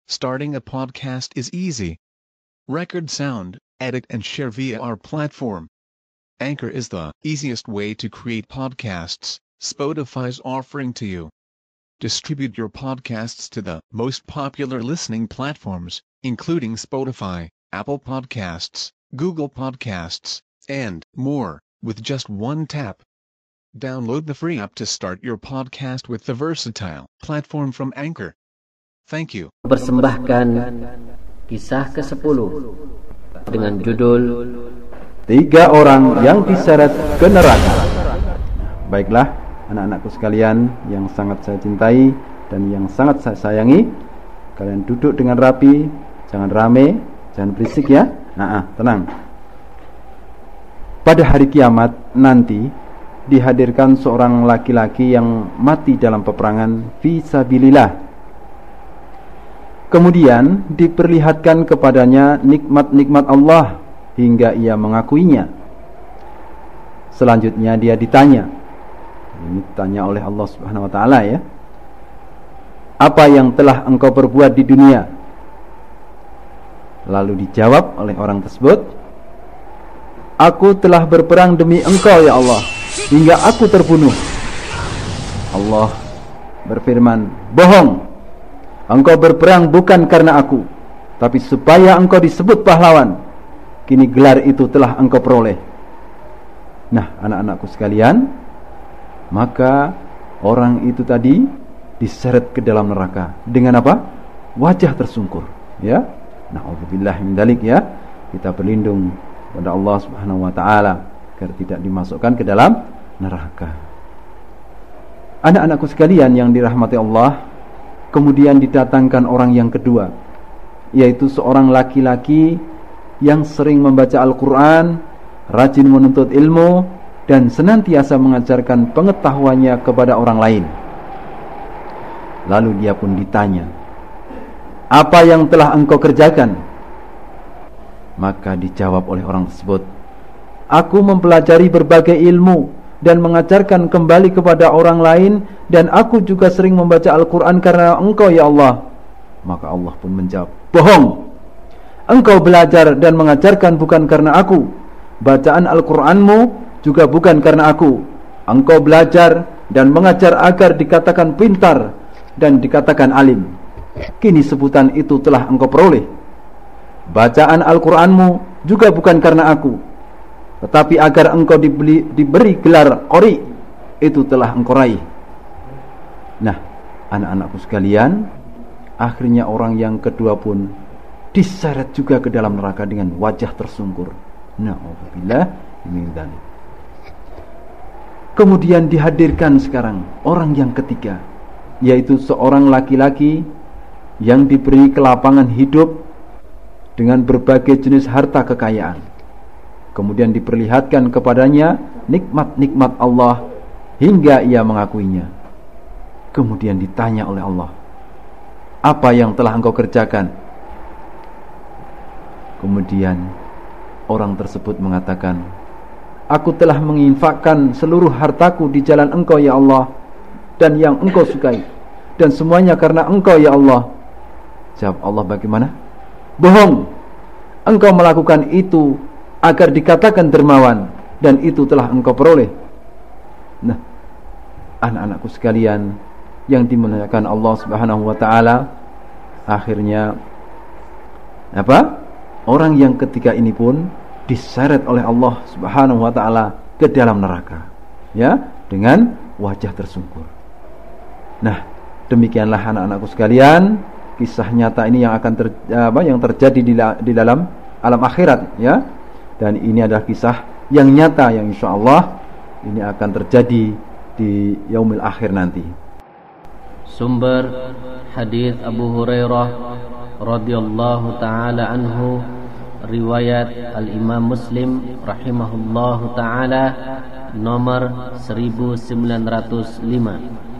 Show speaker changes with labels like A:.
A: Starting a podcast is easy. Record sound, edit and share via our platform. Anchor is the easiest way to create podcasts Spotify's offering to you. Distribute your podcasts to the most popular listening platforms, including Spotify, Apple Podcasts, Google Podcasts, and more, with just one tap. Download the free app to start your podcast with the versatile platform from Anchor. Thank you.
B: Persembahkan kisah ke-10 dengan judul
C: 3 orang yang diseret ke neraka. Baiklah, anak-anakku sekalian yang sangat saya cintai dan yang sangat saya sayangi, kalian duduk dengan rapi, jangan rame, jangan berisik ya. Tenang. Pada hari kiamat nanti dihadirkan seorang laki-laki yang mati dalam peperangan fisabilillah. Kemudian diperlihatkan kepadanya nikmat-nikmat Allah hingga ia mengakuinya. Selanjutnya dia ditanya. Ini ditanya oleh Allah Subhanahu wa taala ya. Apa yang telah engkau perbuat di dunia? Lalu dijawab oleh orang tersebut, aku telah berperang demi engkau ya Allah, hingga aku terbunuh. Allah berfirman, bohong. Engkau berperang bukan karena aku, tapi supaya engkau disebut pahlawan. Kini gelar itu telah engkau peroleh. Nah, anak-anakku sekalian, maka orang itu tadi diseret ke dalam neraka dengan apa? Wajah tersungkur, ya. Na'udzubillah min dzalik ya. Kita berlindung kepada Allah Subhanahu wa taala agar tidak dimasukkan ke dalam neraka. Anak-anakku sekalian yang dirahmati Allah, kemudian didatangkan orang yang kedua, yaitu seorang laki-laki yang sering membaca Al-Quran, rajin menuntut ilmu, dan senantiasa mengajarkan pengetahuannya kepada orang lain. Lalu dia pun ditanya, apa yang telah engkau kerjakan? Maka dijawab oleh orang tersebut, aku mempelajari berbagai ilmu dan mengajarkan kembali kepada orang lain, dan aku juga sering membaca Al-Quran karena engkau ya Allah. Maka Allah pun menjawab, bohong. Engkau belajar dan mengajarkan bukan karena aku. Bacaan Al-Quranmu juga bukan karena aku. Engkau belajar dan mengajar agar dikatakan pintar dan dikatakan alim. Kini sebutan itu telah engkau peroleh. Bacaan Al-Quranmu juga bukan karena aku, tetapi agar engkau diberi gelar qori, itu telah engkau raih. Nah, anak-anakku sekalian, akhirnya orang yang kedua pun diseret juga ke dalam neraka dengan wajah tersungkur. Na'udzubillah min dzalik. Kemudian dihadirkan sekarang orang yang ketiga, yaitu seorang laki-laki yang diberi kelapangan hidup dengan berbagai jenis harta kekayaan. Kemudian diperlihatkan kepadanya nikmat-nikmat Allah hingga ia mengakuinya. Kemudian ditanya oleh Allah, apa yang telah engkau kerjakan? Kemudian orang tersebut mengatakan, aku telah menginfakkan seluruh hartaku di jalan engkau ya Allah, dan yang engkau sukai, dan semuanya karena engkau ya Allah. Jawab Allah, bagaimana? Bohong. Engkau melakukan itu agar dikatakan dermawan, dan itu telah engkau peroleh. Nah, anak-anakku sekalian yang dimuliakan Allah Subhanahu wa taala, akhirnya apa? Orang yang ketiga ini pun diseret oleh Allah Subhanahu wa taala ke dalam neraka, ya, dengan wajah tersungkur. Nah, demikianlah anak-anakku sekalian, kisah nyata ini yang akan yang terjadi di dalam alam akhirat, ya. Dan ini adalah kisah yang nyata yang insyaallah ini akan terjadi di yaumil akhir nanti.
B: Sumber hadis Abu Hurairah radhiyallahu taala anhu, riwayat Al-Imam Muslim rahimahullahu taala, nomor 1905.